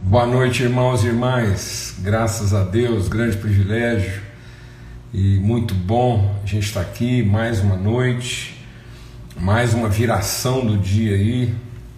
Boa noite, irmãos e irmãs. Graças a Deus, grande privilégio e muito bom a gente estar aqui mais uma noite, mais uma viração do dia aí,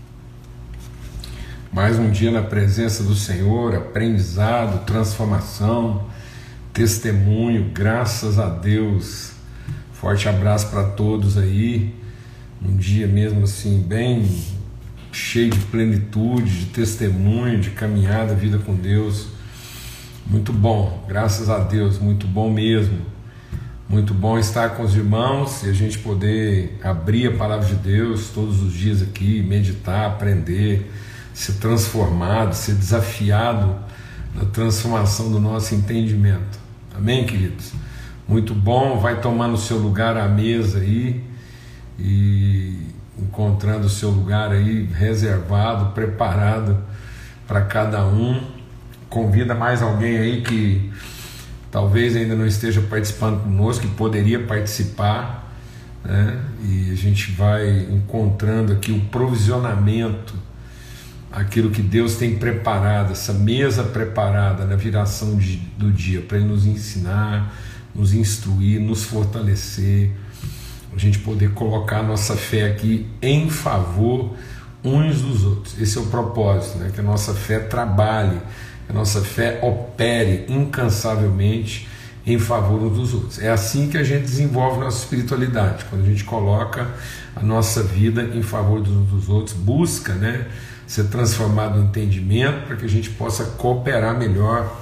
mais um dia na presença do Senhor, aprendizado, transformação, testemunho, graças a Deus. Forte abraço para todos aí, um dia mesmo assim bem cheio de plenitude, de testemunho, de caminhada, vida com Deus. Muito bom, graças a Deus, muito bom mesmo. Muito bom estar com os irmãos e a gente poder abrir a palavra de Deus todos os dias aqui, meditar, aprender, ser transformado, ser desafiado na transformação do nosso entendimento. Amém, queridos? Muito bom, vai tomando o seu lugar à mesa aí e encontrando o seu lugar aí reservado, preparado para cada um. Convida mais alguém aí que talvez ainda não esteja participando conosco, que poderia participar, né? E a gente vai encontrando aqui o provisionamento, aquilo que Deus tem preparado, essa mesa preparada na viração do dia, para Ele nos ensinar, nos instruir, nos fortalecer, a gente poder colocar a nossa fé aqui em favor uns dos outros. Esse é o propósito, né? Que a nossa fé trabalhe, que a nossa fé opere incansavelmente em favor uns dos outros. É assim que a gente desenvolve nossa espiritualidade, quando a gente coloca a nossa vida em favor uns dos outros, busca, né, ser transformado no entendimento para que a gente possa cooperar melhor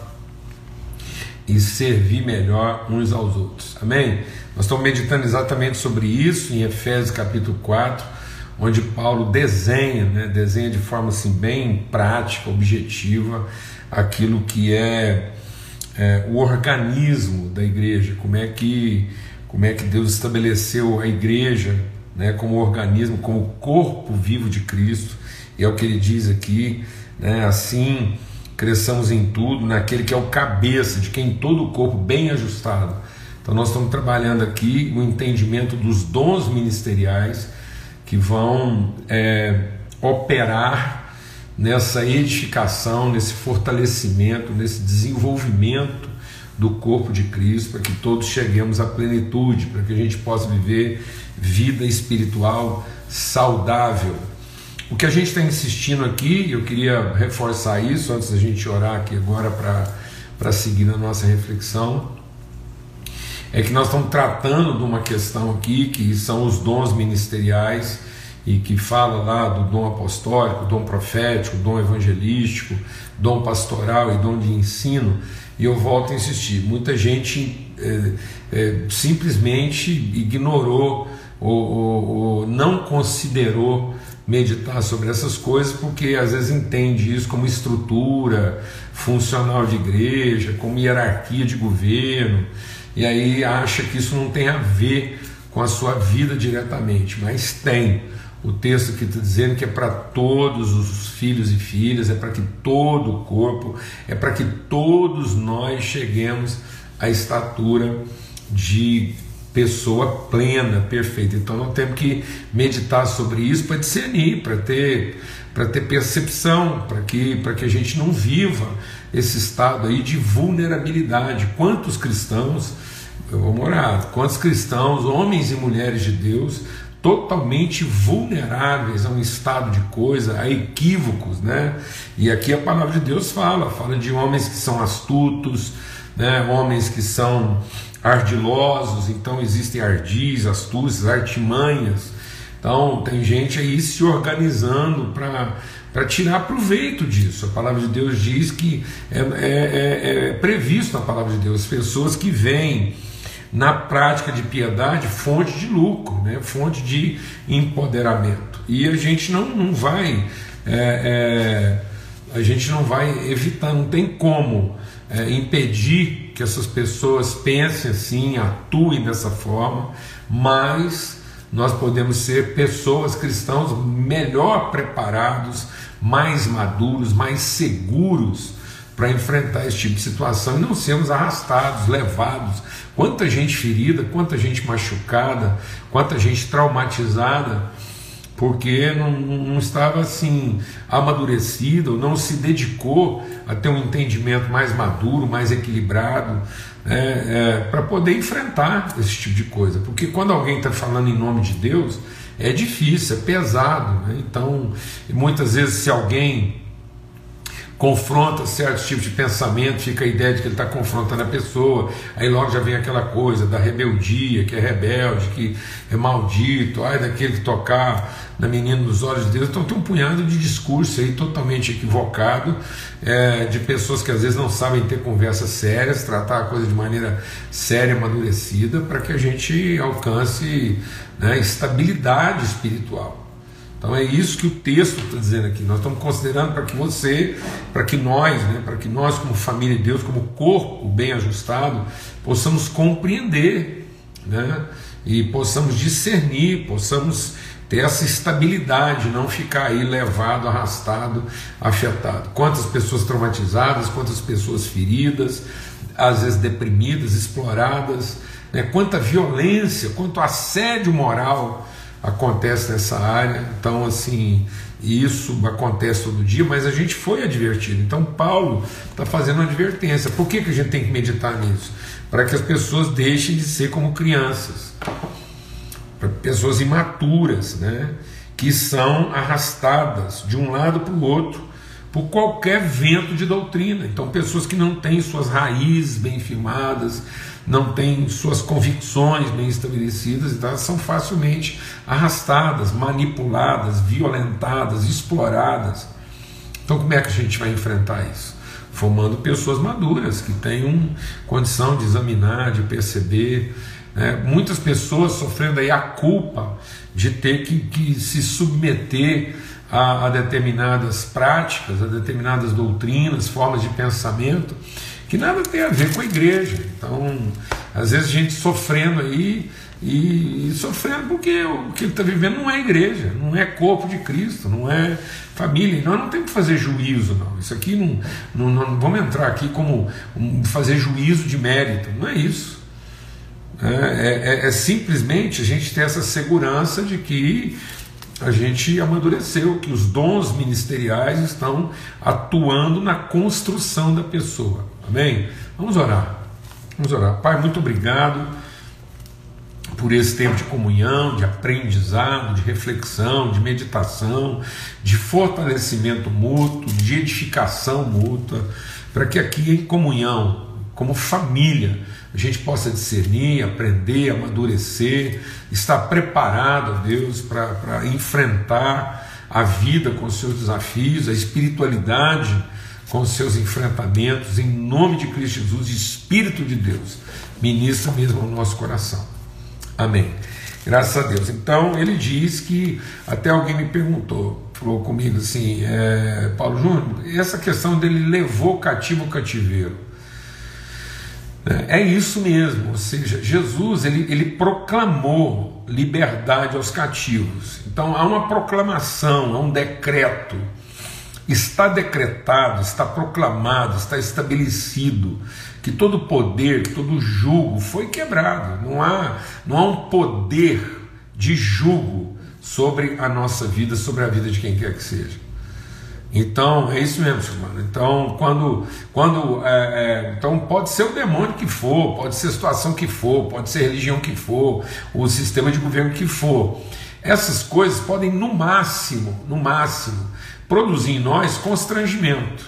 e servir melhor uns aos outros. Amém? Nós estamos meditando exatamente sobre isso em Efésios capítulo 4, onde Paulo desenha de forma assim, bem prática, objetiva, aquilo que é o organismo da igreja, como é que Deus estabeleceu a igreja, né, como organismo, como corpo vivo de Cristo, e é o que ele diz aqui, né, assim cresçamos em tudo, naquele que é o cabeça, de quem todo o corpo bem ajustado. Então nós estamos trabalhando aqui o entendimento dos dons ministeriais que vão operar nessa edificação, nesse fortalecimento, nesse desenvolvimento do corpo de Cristo, para que todos cheguemos à plenitude, para que a gente possa viver vida espiritual saudável. O que a gente está insistindo aqui, eu queria reforçar isso antes da gente orar aqui agora para seguir na nossa reflexão, é que nós estamos tratando de uma questão aqui que são os dons ministeriais, e que fala lá do dom apostólico, dom profético, dom evangelístico, dom pastoral e dom de ensino. E eu volto a insistir, muita gente simplesmente ignorou ou não considerou meditar sobre essas coisas, porque às vezes entende isso como estrutura funcional de igreja, como hierarquia de governo, e aí acha que isso não tem a ver com a sua vida diretamente, mas tem. O texto que está dizendo que é para todos os filhos e filhas, é para que todo o corpo, é para que todos nós cheguemos à estatura de pessoa plena, perfeita. Então nós temos que meditar sobre isso para discernir, para ter percepção, para que a gente não viva esse estado aí de vulnerabilidade. Quantos cristãos, quantos cristãos, homens e mulheres de Deus, totalmente vulneráveis a um estado de coisa, a equívocos, né? E aqui a palavra de Deus fala de homens que são astutos, né? Homens que são ardilosos, então existem ardis, astúcias, artimanhas. Então tem gente aí se organizando para tirar proveito disso. A palavra de Deus diz que é previsto na palavra de Deus pessoas que veem na prática de piedade fonte de lucro, né? Fonte de empoderamento. E a gente não vai evitar, não tem como impedir que essas pessoas pensem assim, atuem dessa forma, mas nós podemos ser pessoas, cristãos, melhor preparados, mais maduros, mais seguros para enfrentar esse tipo de situação e não sermos arrastados, levados. Quanta gente ferida, quanta gente machucada, quanta gente traumatizada porque não estava assim amadurecido, não se dedicou a ter um entendimento mais maduro, mais equilibrado, para poder enfrentar esse tipo de coisa. Porque quando alguém está falando em nome de Deus, é difícil, é pesado, né? Então, muitas vezes, se alguém confronta certos tipos de pensamento, fica a ideia de que ele está confrontando a pessoa, aí logo já vem aquela coisa da rebeldia, que é rebelde, que é maldito, ai daquele que tocar na menina dos olhos de Deus. Então tem um punhado de discurso aí totalmente equivocado, de pessoas que às vezes não sabem ter conversas sérias, tratar a coisa de maneira séria, amadurecida, para que a gente alcance, né, estabilidade espiritual. Então é isso que o texto está dizendo aqui. Nós estamos considerando para que você, para que nós como família de Deus, como corpo bem ajustado, possamos compreender, né? E possamos discernir, possamos ter essa estabilidade, não ficar aí levado, arrastado, afetado. Quantas pessoas traumatizadas, quantas pessoas feridas, às vezes deprimidas, exploradas, né? Quanta violência, quanto assédio moral acontece nessa área. Então, assim, isso acontece todo dia, mas a gente foi advertido. Então Paulo está fazendo uma advertência. Por que a gente tem que meditar nisso? Para que as pessoas deixem de ser como crianças, para pessoas imaturas, né, que são arrastadas de um lado para o outro por qualquer vento de doutrina. Então, pessoas que não têm suas raízes bem firmadas, não têm suas convicções bem estabelecidas, então elas são facilmente arrastadas, manipuladas, violentadas, exploradas. Então como é que a gente vai enfrentar isso? Formando pessoas maduras, que tenham condição de examinar, de perceber, né? Muitas pessoas sofrendo aí a culpa de ter que se submeter a determinadas práticas, a determinadas doutrinas, formas de pensamento, que nada tem a ver com a igreja. Então, às vezes a gente sofrendo aí, e sofrendo porque o que ele está vivendo não é igreja, não é corpo de Cristo, não é família. Nós não temos que fazer juízo, não. Isso aqui não vamos entrar aqui como fazer juízo de mérito, não é isso. É simplesmente a gente ter essa segurança de que a gente amadureceu, que os dons ministeriais estão atuando na construção da pessoa. Amém? Vamos orar. Vamos orar. Pai, muito obrigado por esse tempo de comunhão, de aprendizado, de reflexão, de meditação, de fortalecimento mútuo, de edificação mútua, para que aqui em comunhão, como família, a gente possa discernir, aprender, amadurecer, estar preparado, ó Deus, para enfrentar a vida com os seus desafios, a espiritualidade com os seus enfrentamentos, em nome de Cristo Jesus. Espírito de Deus, ministra mesmo ao nosso coração. Amém. Graças a Deus. Então ele diz que, até alguém me perguntou, falou comigo assim, Paulo Júnior, essa questão dele levou cativo o cativeiro. É isso mesmo, ou seja, Jesus ele proclamou liberdade aos cativos. Então há uma proclamação, há um decreto, está decretado, está proclamado, está estabelecido que todo poder, todo jugo foi quebrado. Não há um poder de jugo sobre a nossa vida, sobre a vida de quem quer que seja. Então é isso mesmo, mano. Então então pode ser o demônio que for, pode ser a situação que for, pode ser a religião que for, o sistema de governo que for, essas coisas podem no máximo produzir em nós constrangimento,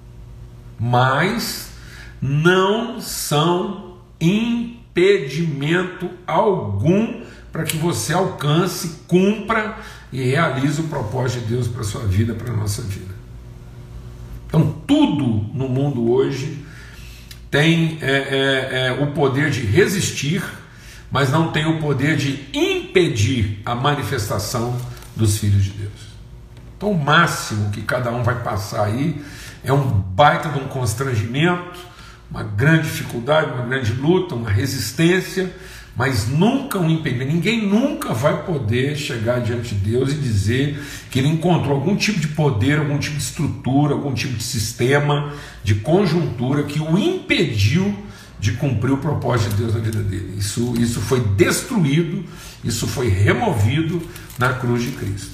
mas não são impedimento algum para que você alcance, cumpra e realize o propósito de Deus para a sua vida, para a nossa vida. Então tudo no mundo hoje tem o poder de resistir, mas não tem o poder de impedir a manifestação dos filhos de Deus. Então o máximo que cada um vai passar aí é um baita de um constrangimento, uma grande dificuldade, uma grande luta, uma resistência, mas nunca um impedimento. Ninguém nunca vai poder chegar diante de Deus e dizer que ele encontrou algum tipo de poder, algum tipo de estrutura, algum tipo de sistema, de conjuntura que o impediu de cumprir o propósito de Deus na vida dele. Isso foi destruído, isso foi removido na cruz de Cristo.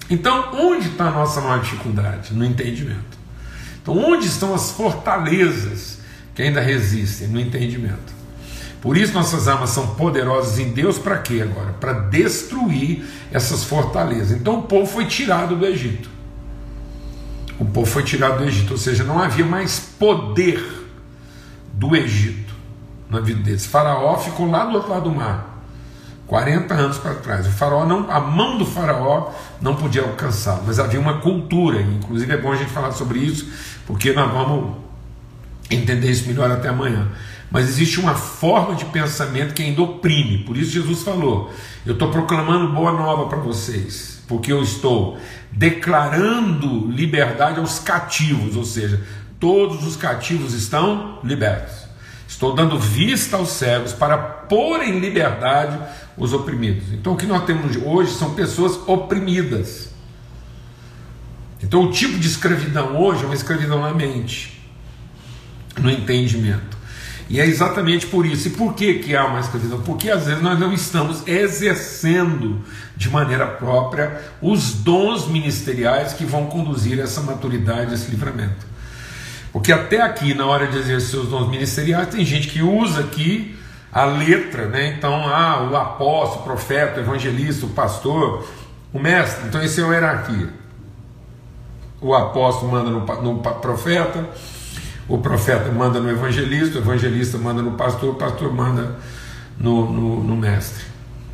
Então, onde está a nossa maior dificuldade? No entendimento. Então, onde estão as fortalezas que ainda resistem? No entendimento. Por isso nossas armas são poderosas em Deus para quê agora? Para destruir essas fortalezas. Então o povo foi tirado do Egito. O povo foi tirado do Egito, ou seja, não havia mais poder do Egito na vida deles. Faraó ficou lá do outro lado do mar, 40 anos para trás. O faraó a mão do faraó não podia alcançá-lo, mas havia uma cultura, inclusive é bom a gente falar sobre isso, porque nós vamos entender isso melhor até amanhã. Mas existe uma forma de pensamento que ainda oprime. Por isso Jesus falou: eu estou proclamando boa nova para vocês, porque eu estou declarando liberdade aos cativos, ou seja, todos os cativos estão libertos. Estou dando vista aos cegos para pôr em liberdade os oprimidos. Então o que nós temos hoje são pessoas oprimidas. Então o tipo de escravidão hoje é uma escravidão na mente, no entendimento. E é exatamente por isso. E por que há uma escravidão? Porque às vezes nós não estamos exercendo de maneira própria os dons ministeriais que vão conduzir essa maturidade, esse livramento. Porque até aqui, na hora de exercer os dons ministeriais, tem gente que usa aqui a letra, né? Então, o apóstolo, o profeta, o evangelista, o pastor, o mestre. Então, esse é uma hierarquia. O apóstolo manda no profeta, o profeta manda no evangelista, o evangelista manda no pastor, o pastor manda no mestre.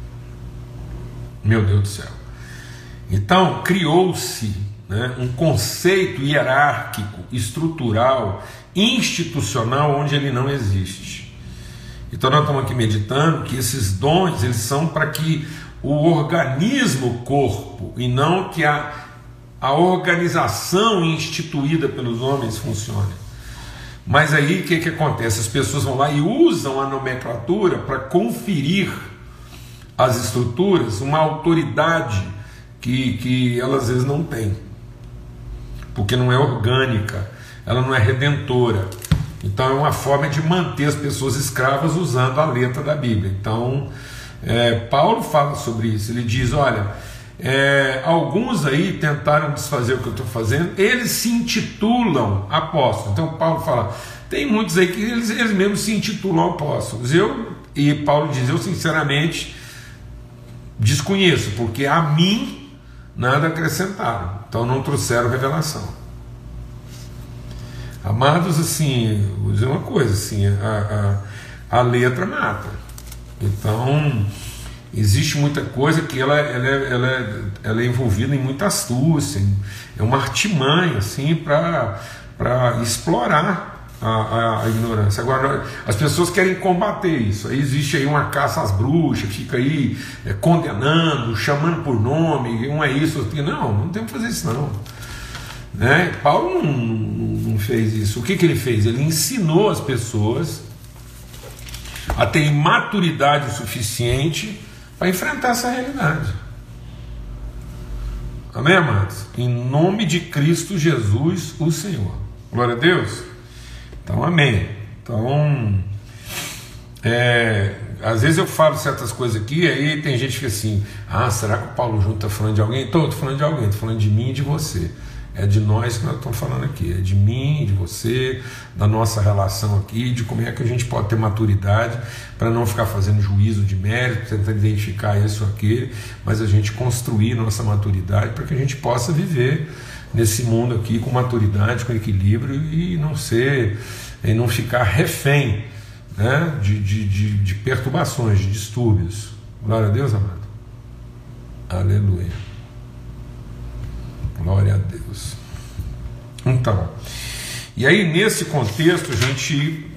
Meu Deus do céu. Então, criou-se, né, um conceito hierárquico, estrutural, institucional, onde ele não existe. Então nós estamos aqui meditando que esses dons, eles são para que o organismo, o corpo, e não que a organização instituída pelos homens funcione. Mas aí o que acontece? As pessoas vão lá e usam a nomenclatura para conferir às estruturas uma autoridade que elas às vezes não têm, porque não é orgânica, ela não é redentora. Então é uma forma de manter as pessoas escravas usando a letra da Bíblia. Então Paulo fala sobre isso. Ele diz: olha, alguns aí tentaram desfazer o que eu estou fazendo, eles se intitulam apóstolos. Então Paulo fala, tem muitos aí que eles mesmos se intitulam apóstolos. E Paulo diz: eu sinceramente desconheço, porque a mim nada acrescentaram, então não trouxeram revelação. Amados, assim, vou dizer uma coisa, assim, a letra mata. Então existe muita coisa que ela é envolvida em muita astúcia, é uma artimanha assim, para explorar a ignorância. Agora, as pessoas querem combater isso. Aí existe aí uma caça às bruxas, fica aí condenando, chamando por nome, um é isso, outro. Não tem que fazer isso não, né? Paulo não fez isso. O que ele fez? Ele ensinou as pessoas a terem maturidade suficiente para enfrentar essa realidade. Amém, amados? Em nome de Cristo Jesus, o Senhor. Glória a Deus. Então, amém. Então, às vezes eu falo certas coisas aqui, aí tem gente que fica assim: será que o Paulo Júnior está falando de alguém? Estou falando de alguém, estou falando de mim e de você. É de nós que nós estamos falando aqui, é de mim, de você, da nossa relação aqui, de como é que a gente pode ter maturidade para não ficar fazendo juízo de mérito, tentar identificar isso ou aquele, mas a gente construir nossa maturidade para que a gente possa viver nesse mundo aqui com maturidade, com equilíbrio e não ficar refém, né, de perturbações, de distúrbios. Glória a Deus, amado. Aleluia. Glória a Deus. Então, e aí nesse contexto a gente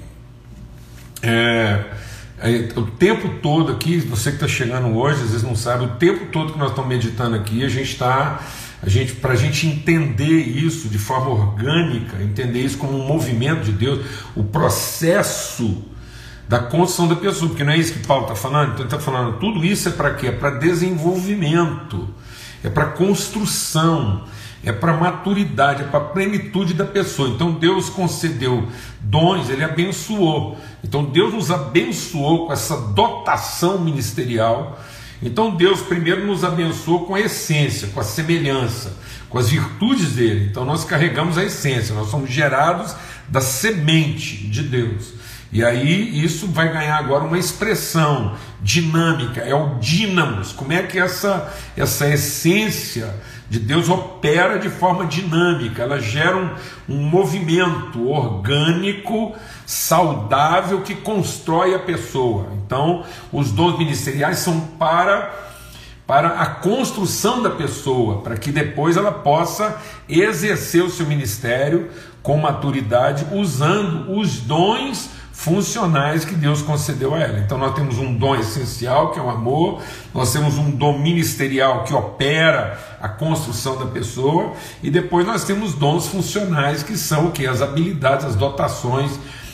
o tempo todo aqui, você que está chegando hoje, às vezes não sabe, o tempo todo que nós estamos meditando aqui, para a gente entender isso de forma orgânica, entender isso como um movimento de Deus, o processo da construção da pessoa, porque não é isso que Paulo está falando. Então ele está falando, tudo isso é para quê? É para desenvolvimento, é para construção, é para maturidade, é para plenitude da pessoa. Então Deus concedeu dons, Ele abençoou. Então Deus nos abençoou com essa dotação ministerial Então Deus primeiro nos abençoou com a essência, com a semelhança, com as virtudes dele. Então nós carregamos a essência, nós somos gerados da semente de Deus. E aí isso vai ganhar agora uma expressão dinâmica, é o dínamos. Como é que essa essência de Deus opera de forma dinâmica? Ela gera um movimento orgânico, saudável, que constrói a pessoa. Então os dons ministeriais são para a construção da pessoa, para que depois ela possa exercer o seu ministério com maturidade, usando os dons funcionais que Deus concedeu a ela. Então nós temos um dom essencial, que é o amor, nós temos um dom ministerial que opera a construção da pessoa, e depois nós temos dons funcionais, que são o que? As habilidades, as dotações,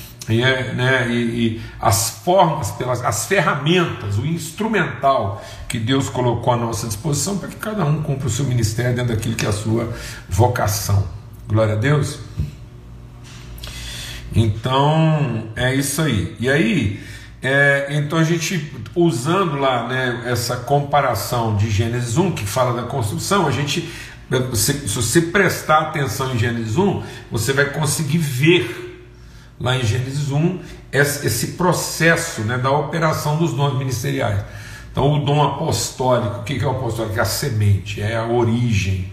e as formas, as ferramentas, o instrumental que Deus colocou à nossa disposição para que cada um cumpra o seu ministério dentro daquilo que é a sua vocação. Glória a Deus. Então é isso aí. E aí, então a gente, usando lá, essa comparação de Gênesis 1, que fala da construção, se você prestar atenção em Gênesis 1, você vai conseguir ver lá em Gênesis 1 esse processo, da operação dos dons ministeriais. Então o dom apostólico, o que é o apostólico? É a semente, é a origem,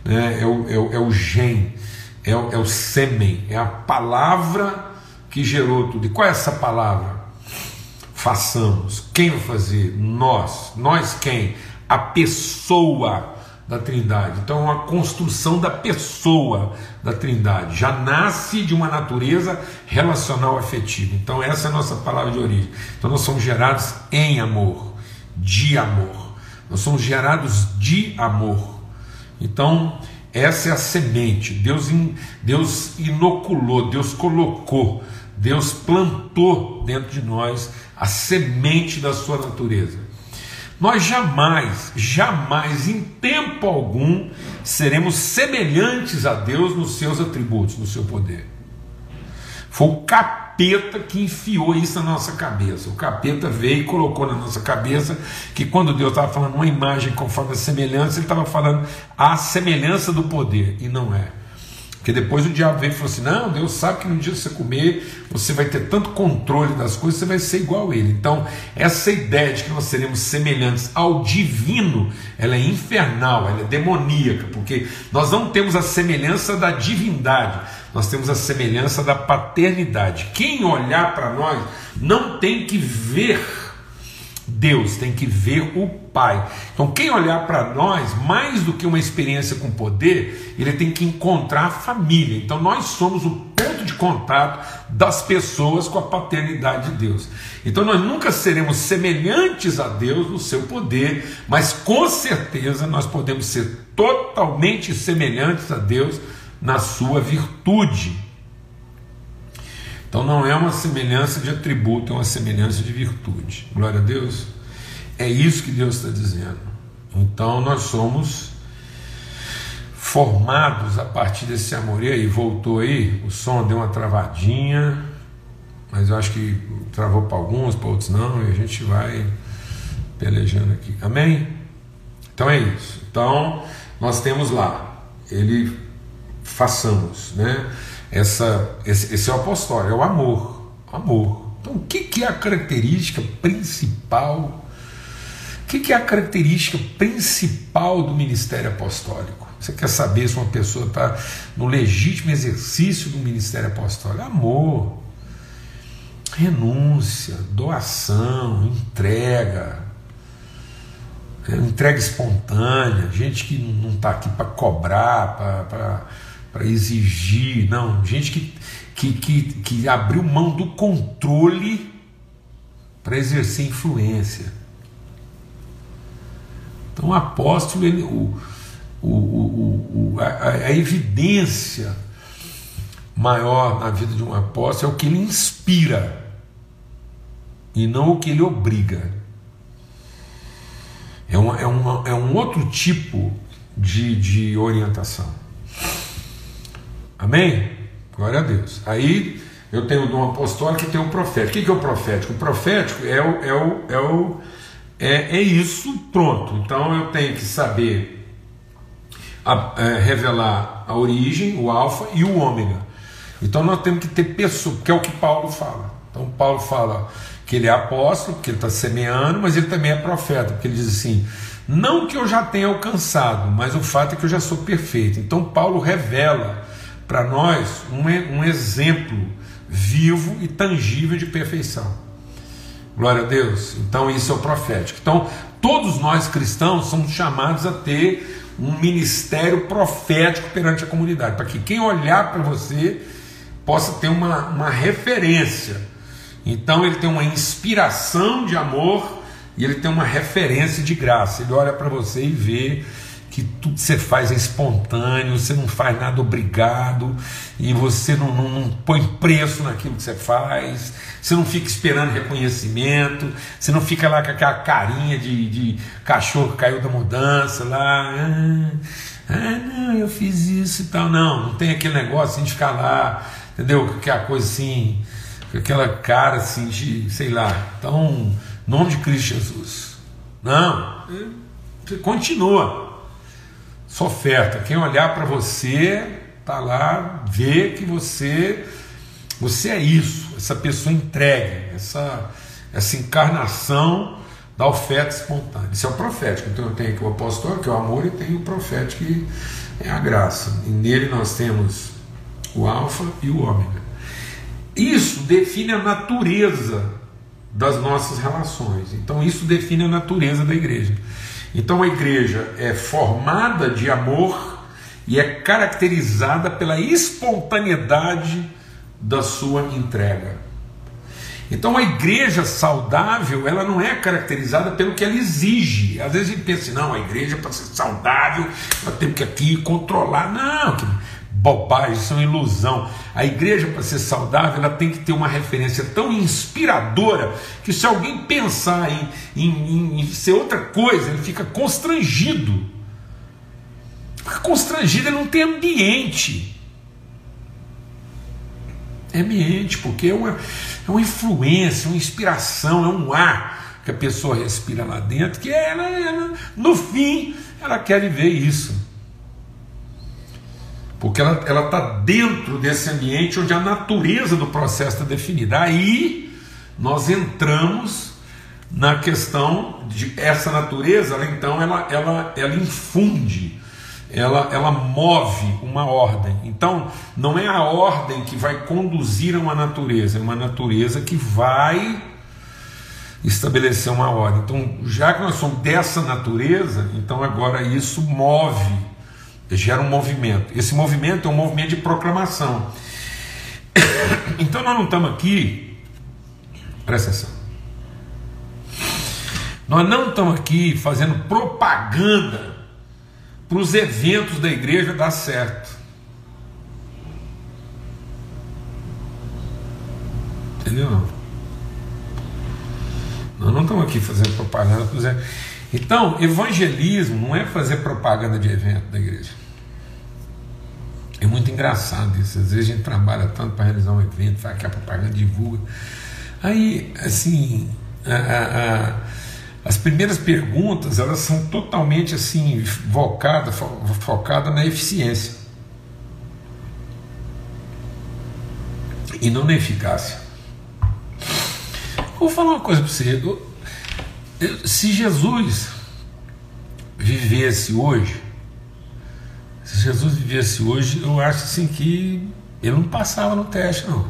é o gen, é o sêmen, é a palavra que gerou tudo. E qual é essa palavra? Façamos. Quem vai fazer? Nós. Nós quem? A pessoa da Trindade. Então é uma construção da pessoa da Trindade. Já nasce de uma natureza relacional afetiva. Então essa é a nossa palavra de origem. Então nós somos gerados em amor, de amor. Nós somos gerados de amor. Então essa é a semente. Deus inoculou, Deus colocou, Deus plantou dentro de nós a semente da sua natureza. Nós jamais, em tempo algum, seremos semelhantes a Deus nos seus atributos, no seu poder. Foi o capeta que enfiou isso na nossa cabeça. O capeta veio e colocou na nossa cabeça que quando Deus estava falando uma imagem conforme a semelhança, ele estava falando a semelhança do poder, e não é. Porque depois o diabo veio e falou assim: não, Deus sabe que no dia que você comer, você vai ter tanto controle das coisas, você vai ser igual a ele. Então essa ideia de que nós seremos semelhantes ao divino, ela é infernal, ela é demoníaca, porque nós não temos a semelhança da divindade, nós temos a semelhança da paternidade. Quem olhar para nós não tem que ver Deus, tem que ver o Pai. Então quem olhar para nós, mais do que uma experiência com poder, ele tem que encontrar a família. Então nós somos o ponto de contato das pessoas com a paternidade de Deus. Então nós nunca seremos semelhantes a Deus no seu poder, mas com certeza nós podemos ser totalmente semelhantes a Deus na sua virtude. Então não é uma semelhança de atributo, é uma semelhança de virtude. Glória a Deus. É isso que Deus está dizendo. Então nós somos formados a partir desse amor. E aí, voltou aí? O som deu uma travadinha, mas eu acho que travou para alguns, para outros não, e a gente vai pelejando aqui. Amém? Então é isso. Então nós temos lá, façamos, esse é o apostólico, é o amor. Então o que é a característica principal? O que é a característica principal do ministério apostólico? Você quer saber se uma pessoa está no legítimo exercício do ministério apostólico? Amor, renúncia, doação, entrega espontânea, gente que não está aqui para cobrar, para exigir, não, gente que abriu mão do controle para exercer influência. Então o apóstolo, a evidência maior na vida de um apóstolo é o que ele inspira e não o que ele obriga. É um outro tipo de orientação. Amém? Glória a Deus. Aí eu tenho o dom apostólico e tenho o profético. O que é o profético? O profético é isso, pronto. Então eu tenho que saber revelar a origem, o alfa e o ômega. Então nós temos que ter pessoa, que é o que Paulo fala. Então Paulo fala que ele é apóstolo, porque ele está semeando, mas ele também é profeta, porque ele diz assim: não que eu já tenha alcançado, mas o fato é que eu já sou perfeito. Então Paulo revela para nós um exemplo vivo e tangível de perfeição. Glória a Deus. Então isso é o profético. Então todos nós cristãos somos chamados a ter um ministério profético perante a comunidade, para que quem olhar para você possa ter uma referência. Então ele tem uma inspiração de amor e ele tem uma referência de graça. Ele olha para você e vê que tudo que você faz é espontâneo, você não faz nada obrigado, e você não põe preço naquilo que você faz, você não fica esperando reconhecimento, você não fica lá com aquela carinha de cachorro que caiu da mudança lá, não, eu fiz isso e tal. Não tem aquele negócio assim de ficar lá, entendeu? Com aquela coisa assim, com aquela cara assim de, sei lá. Então, em nome de Cristo Jesus, não, você continua. Sua oferta, quem olhar para você, tá lá, vê que você é isso, essa pessoa entregue, essa encarnação da oferta espontânea. Isso é o profético. Então eu tenho aqui o apostólico, que é o amor, e tenho o profético, que é a graça. E nele nós temos o alfa e o ômega. Isso define a natureza das nossas relações. Então isso define a natureza da igreja. Então a igreja é formada de amor e é caracterizada pela espontaneidade da sua entrega. Então a igreja saudável, ela não é caracterizada pelo que ela exige. Às vezes a gente pensa assim, não, a igreja para ser saudável, nós temos que aqui controlar. Não, que bobagem, isso é uma ilusão. A igreja, para ser saudável, ela tem que ter uma referência tão inspiradora que se alguém pensar em ser outra coisa, ele fica constrangido. Fica constrangido, ele não tem ambiente. É ambiente, porque é uma influência, uma inspiração, é um ar que a pessoa respira lá dentro, que ela no fim, ela quer viver isso. Porque ela está dentro desse ambiente onde a natureza do processo está definida. Aí nós entramos na questão de essa natureza, ela infunde, ela move uma ordem. Então não é a ordem que vai conduzir a uma natureza, é uma natureza que vai estabelecer uma ordem. Então, já que nós somos dessa natureza, então agora isso move, gera um movimento. Esse movimento é um movimento de proclamação. Então nós não estamos aqui, presta atenção, nós não estamos aqui fazendo propaganda para os eventos da igreja dar certo. Entendeu? Nós não estamos aqui fazendo propaganda para os eventos. Então, evangelismo não é fazer propaganda de evento da igreja. É muito engraçado isso. Às vezes a gente trabalha tanto para realizar um evento, faz aquela propaganda, divulga. Aí, assim, as primeiras perguntas, elas são totalmente assim, focadas na eficiência e não na eficácia. Vou falar uma coisa para você. Se Jesus vivesse hoje, eu acho assim que ele não passava no teste, não.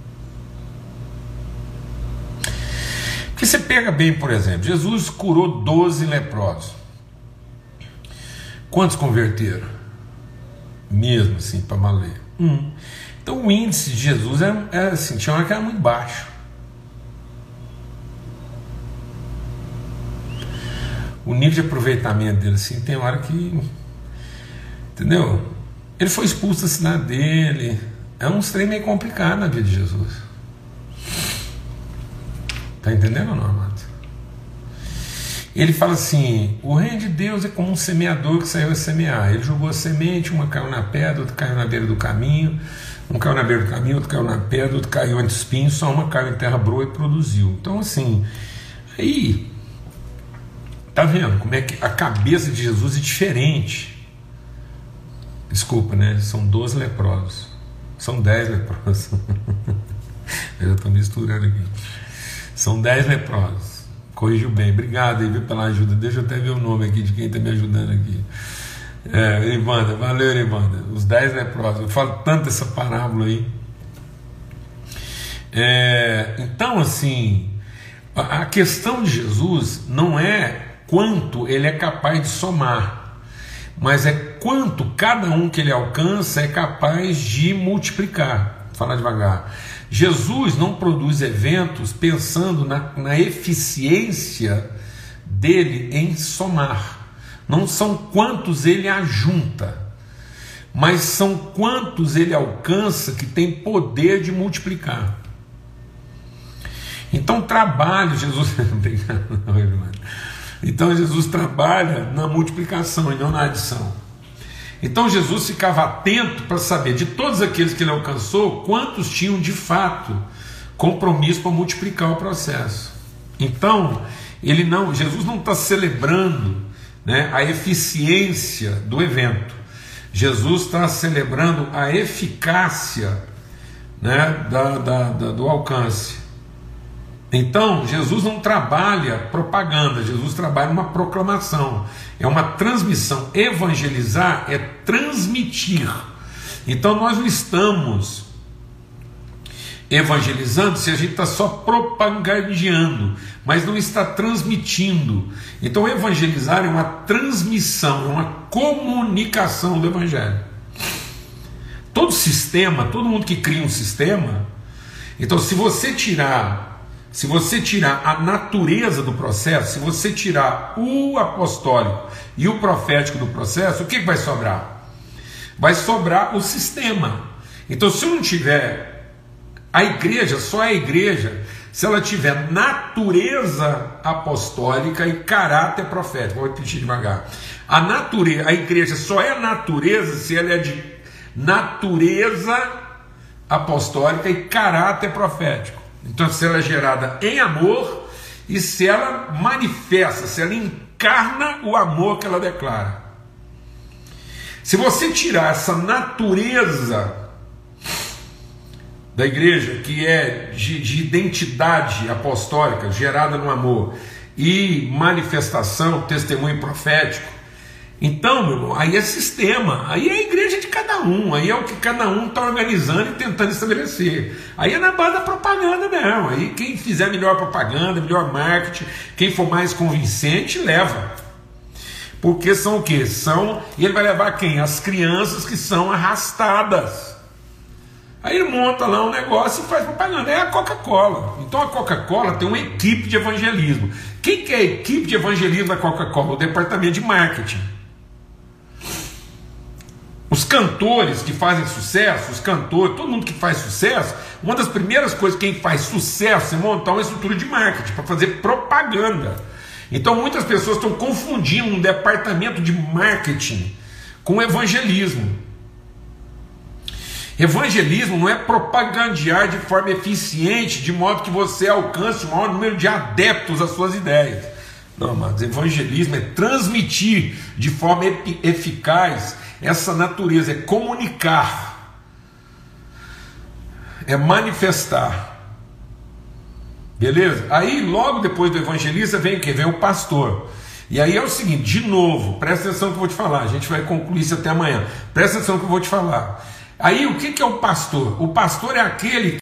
Porque você pega bem, por exemplo, Jesus curou 12 leprosos. Quantos converteram? Mesmo assim, para valer? Então o índice de Jesus era assim, tinha uma que era muito baixo. O nível de aproveitamento dele, assim, tem hora que, entendeu? Ele foi expulso da cidade dele. É um trem meio complicado na vida de Jesus. Está entendendo ou não, amado? Ele fala assim: o reino de Deus é como um semeador que saiu a semear. Ele jogou a semente, uma caiu na pedra, outra caiu na beira do caminho, um caiu na beira do caminho, outro caiu na pedra, outro caiu entre espinhos, só uma caiu em terra boa e produziu. Então, assim, aí Está vendo como é que a cabeça de Jesus é diferente? Desculpa, né? São 12 leprosos. São 10 leprosos. Eu já estou misturando aqui. São 10 leprosos. Corrigiu bem. Obrigado aí, viu, pela ajuda. Deixa eu até ver o nome aqui de quem está me ajudando aqui. Irmanda, valeu, Irmanda. Os 10 leprosos. Eu falo tanto dessa parábola aí. Então, assim, a questão de Jesus não é quanto ele é capaz de somar, mas é quanto cada um que ele alcança é capaz de multiplicar. Vou falar devagar. Jesus não produz eventos pensando na eficiência dele em somar. Não são quantos ele ajunta, mas são quantos ele alcança que tem poder de multiplicar. Então trabalha Jesus. Então Jesus trabalha na multiplicação e não na adição. Então Jesus ficava atento para saber de todos aqueles que ele alcançou, quantos tinham de compromisso para multiplicar o processo. Então Jesus não está celebrando, né, a eficiência do evento. Jesus está celebrando a eficácia, né, do alcance. Então, Jesus não trabalha propaganda, Jesus trabalha uma proclamação, é uma transmissão. Evangelizar é transmitir. Então, nós não estamos evangelizando se a gente está só propagandeando, mas não está transmitindo. Então, evangelizar é uma transmissão, é uma comunicação do Evangelho. Todo sistema, todo mundo que cria um sistema, então, se você tirar a natureza do processo, se você tirar o apostólico e o profético do processo, o que vai sobrar? Vai sobrar o sistema. Então, se eu não tiver a igreja, só a igreja, se ela tiver natureza apostólica e caráter profético, vou repetir devagar. A igreja só é natureza se ela é de natureza apostólica e caráter profético. Então, se ela é gerada em amor e se ela manifesta, se ela encarna o amor que ela declara. Se você tirar essa natureza da igreja, que é de identidade apostólica, gerada no amor, e manifestação, testemunho profético, então, meu irmão, aí é sistema, aí é a igreja de cada um, aí é o que cada um está organizando e tentando estabelecer. Aí é na base da propaganda mesmo. Aí quem fizer melhor propaganda, melhor marketing, quem for mais convincente, leva. Porque são o quê? E ele vai levar quem? As crianças que são arrastadas. Aí ele monta lá um negócio e faz propaganda. É a Coca-Cola. Então a Coca-Cola tem uma equipe de evangelismo. Quem que é a equipe de evangelismo da Coca-Cola? O departamento de marketing. Os cantores que fazem sucesso, todo mundo que faz sucesso, uma das primeiras coisas que quem faz sucesso é montar uma estrutura de marketing para fazer propaganda. Então muitas pessoas estão confundindo um departamento de marketing com evangelismo. Evangelismo não é propagandear de forma eficiente, de modo que você alcance o maior número de adeptos às suas ideias. Não, mas evangelismo é transmitir de forma eficaz essa natureza, é comunicar, é manifestar. Beleza? Aí logo depois do evangelista vem o quê? Vem o pastor. E aí é o seguinte, de novo, presta atenção que eu vou te falar, a gente vai concluir isso até amanhã. Presta atenção que eu vou te falar. Aí o que é o pastor? O pastor é aquele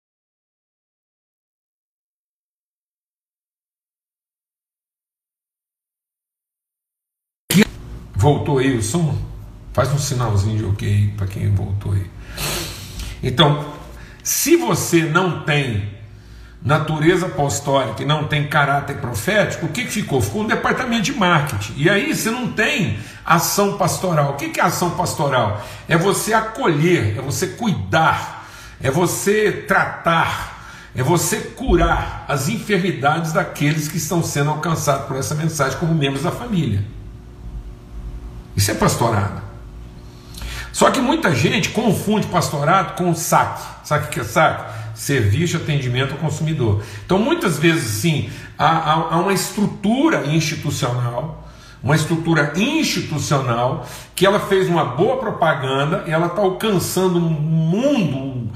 que... Voltou aí o som? Faz um sinalzinho de ok para quem voltou aí. Então, se você não tem natureza apostólica e não tem caráter profético, o que ficou? Ficou um departamento de marketing. E aí você não tem ação pastoral. O que é ação pastoral? É você acolher, é você cuidar, é você tratar, é você curar as enfermidades daqueles que estão sendo alcançados por essa mensagem como membros da família. Isso é pastorado. Só que muita gente confunde pastorado com saque. Sabe o que é saque? serviço de atendimento ao consumidor. Então, muitas vezes, sim, há uma estrutura institucional, que ela fez uma boa propaganda e ela está alcançando um mundo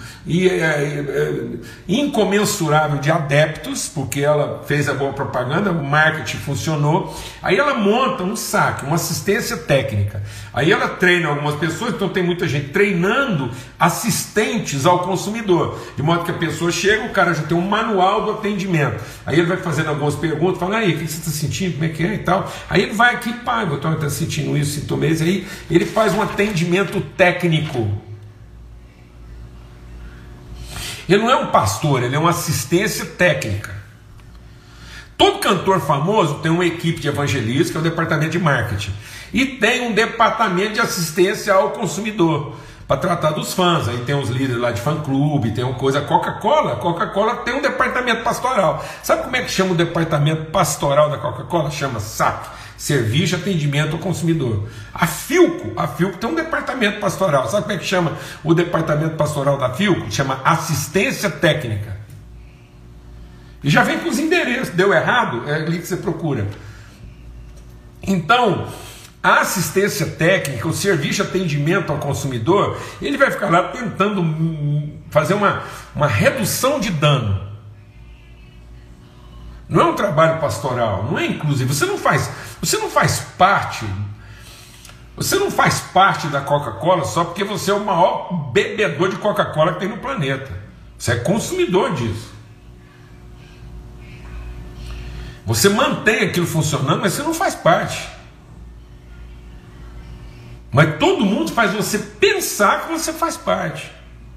incomensurável de adeptos, porque ela fez a boa propaganda, o marketing funcionou. Aí ela monta um saque, uma assistência técnica. Aí ela treina algumas pessoas, então tem muita gente treinando assistentes ao consumidor, de modo que a pessoa chega, o cara já tem um manual do atendimento. Aí ele vai fazendo algumas perguntas, fala, aí, o que você está sentindo, como é que é e tal. Aí ele vai aqui e paga, então ele está sentindo isso, sintoma esse, aí ele faz um atendimento técnico. Ele não é um pastor, ele é uma assistência técnica. Todo cantor famoso tem uma equipe de evangelistas, que é o departamento de marketing, e tem um departamento de assistência ao consumidor, para tratar dos fãs. Aí tem os líderes lá de fã-clube, tem uma coisa, a Coca-Cola tem um departamento pastoral. Sabe como é que chama o departamento pastoral da Coca-Cola? Chama SAP, Serviço de Atendimento ao Consumidor. A Philco tem um departamento pastoral. Sabe como é que chama o departamento pastoral da Philco? Chama Assistência Técnica. E já vem com os endereços. Deu errado? É ali que você procura. Então, a assistência técnica, o serviço de atendimento ao consumidor, ele vai ficar lá tentando fazer uma redução de dano. Não é um trabalho pastoral, não é inclusivo. Você não faz parte da Coca-Cola só porque você é o maior bebedor de Coca-Cola que tem no planeta. Você é consumidor disso. Você mantém aquilo funcionando, mas você não faz parte. Mas todo mundo faz você pensar que você faz parte.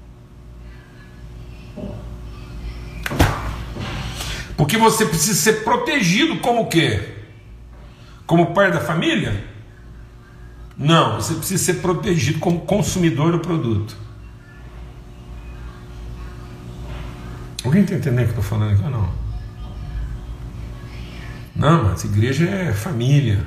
Porque você precisa ser protegido como o quê? Como pai da família? Não, você precisa ser protegido como consumidor do produto. Alguém está entendendo o que eu estou falando aqui ou não? Não, mas igreja é família.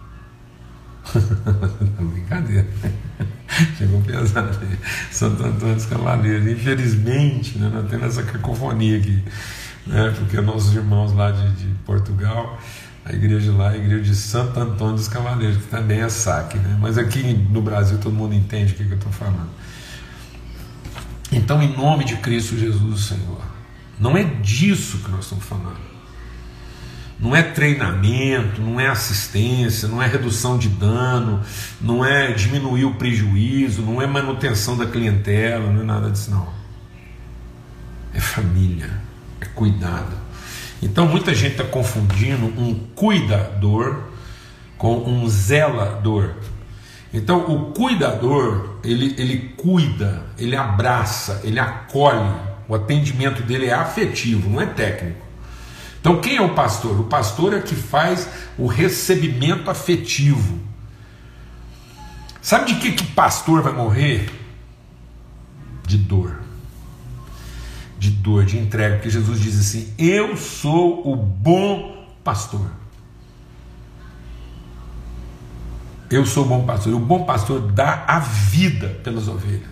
Brincadeira. Chegou pesado. Santo Antônio dos Cavaleiros. Infelizmente, né, nós temos essa cacofonia aqui, né, porque nossos irmãos lá de Portugal, a igreja lá é a igreja de Santo Antônio dos Cavaleiros, que também é saque, né? Mas aqui no Brasil todo mundo entende o que eu estou falando. Então, em nome de Cristo Jesus, Senhor, não é disso que nós estamos falando. Não é treinamento, não é assistência, não é redução de dano, não é diminuir o prejuízo, não é manutenção da clientela, não é nada disso não. É família, é cuidado. Então muita gente está confundindo um cuidador com um zelador. Então o cuidador, ele cuida, ele abraça, ele acolhe, o atendimento dele é afetivo, não é técnico. Então quem é o pastor? O pastor é que faz o recebimento afetivo. Sabe de que pastor vai morrer? De dor. De dor, de entrega. Porque Jesus diz assim: eu sou o bom pastor. Eu sou o bom pastor. E o bom pastor dá a vida pelas ovelhas.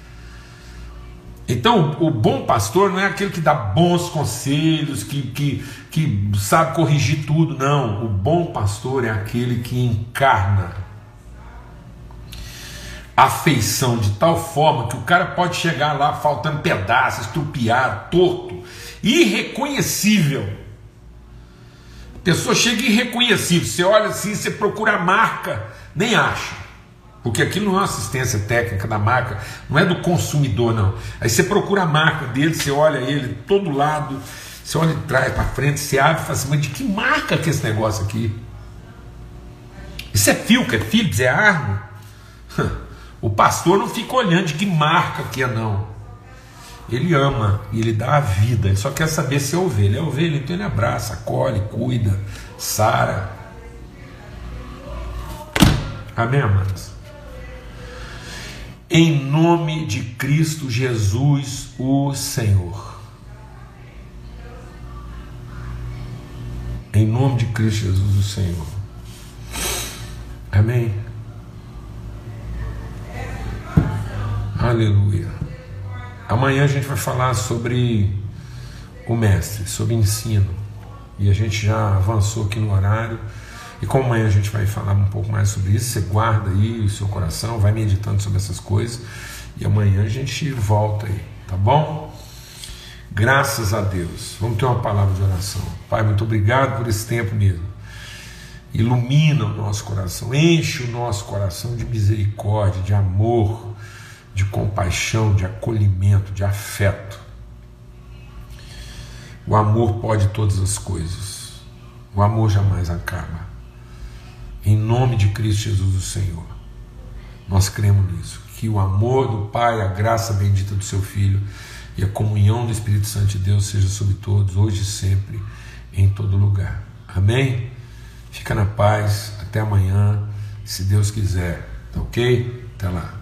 Então, o bom pastor não é aquele que dá bons conselhos, que sabe corrigir tudo, não. O bom pastor é aquele que encarna a afeição de tal forma que o cara pode chegar lá faltando pedaços, estrupiado, torto, irreconhecível. A pessoa chega irreconhecível, você olha assim, você procura a marca, nem acha. Porque aquilo não é uma assistência técnica da marca, não é do consumidor, não. Aí você procura a marca dele, você olha ele todo lado, você olha de trás para frente, você abre e fala assim: mas de que marca que é esse negócio aqui? Isso é Philco, é Philips, é Arno? O pastor não fica olhando de que marca que é, não. Ele ama, ele dá a vida, ele só quer saber se é ovelha. É ovelha, então ele abraça, acolhe, cuida, sara. Amém, amados? Em nome de Cristo Jesus, o Senhor. Em nome de Cristo Jesus, o Senhor. Amém? Aleluia. Amanhã a gente vai falar sobre o mestre, sobre ensino. E a gente já avançou aqui no horário. E como amanhã a gente vai falar um pouco mais sobre isso, você guarda aí o seu coração, vai meditando sobre essas coisas. E amanhã a gente volta aí, tá bom? Graças a Deus. Vamos ter uma palavra de oração. Pai, muito obrigado por esse tempo mesmo. Ilumina o nosso coração, enche o nosso coração de misericórdia, de amor, de compaixão, de acolhimento, de afeto. O amor pode todas as coisas. O amor jamais acaba. Em nome de Cristo Jesus, o Senhor, nós cremos nisso. Que o amor do Pai, a graça bendita do Seu Filho e a comunhão do Espírito Santo de Deus seja sobre todos, hoje e sempre, em todo lugar. Amém? Fica na paz. Até amanhã, se Deus quiser. Tá ok? Até lá.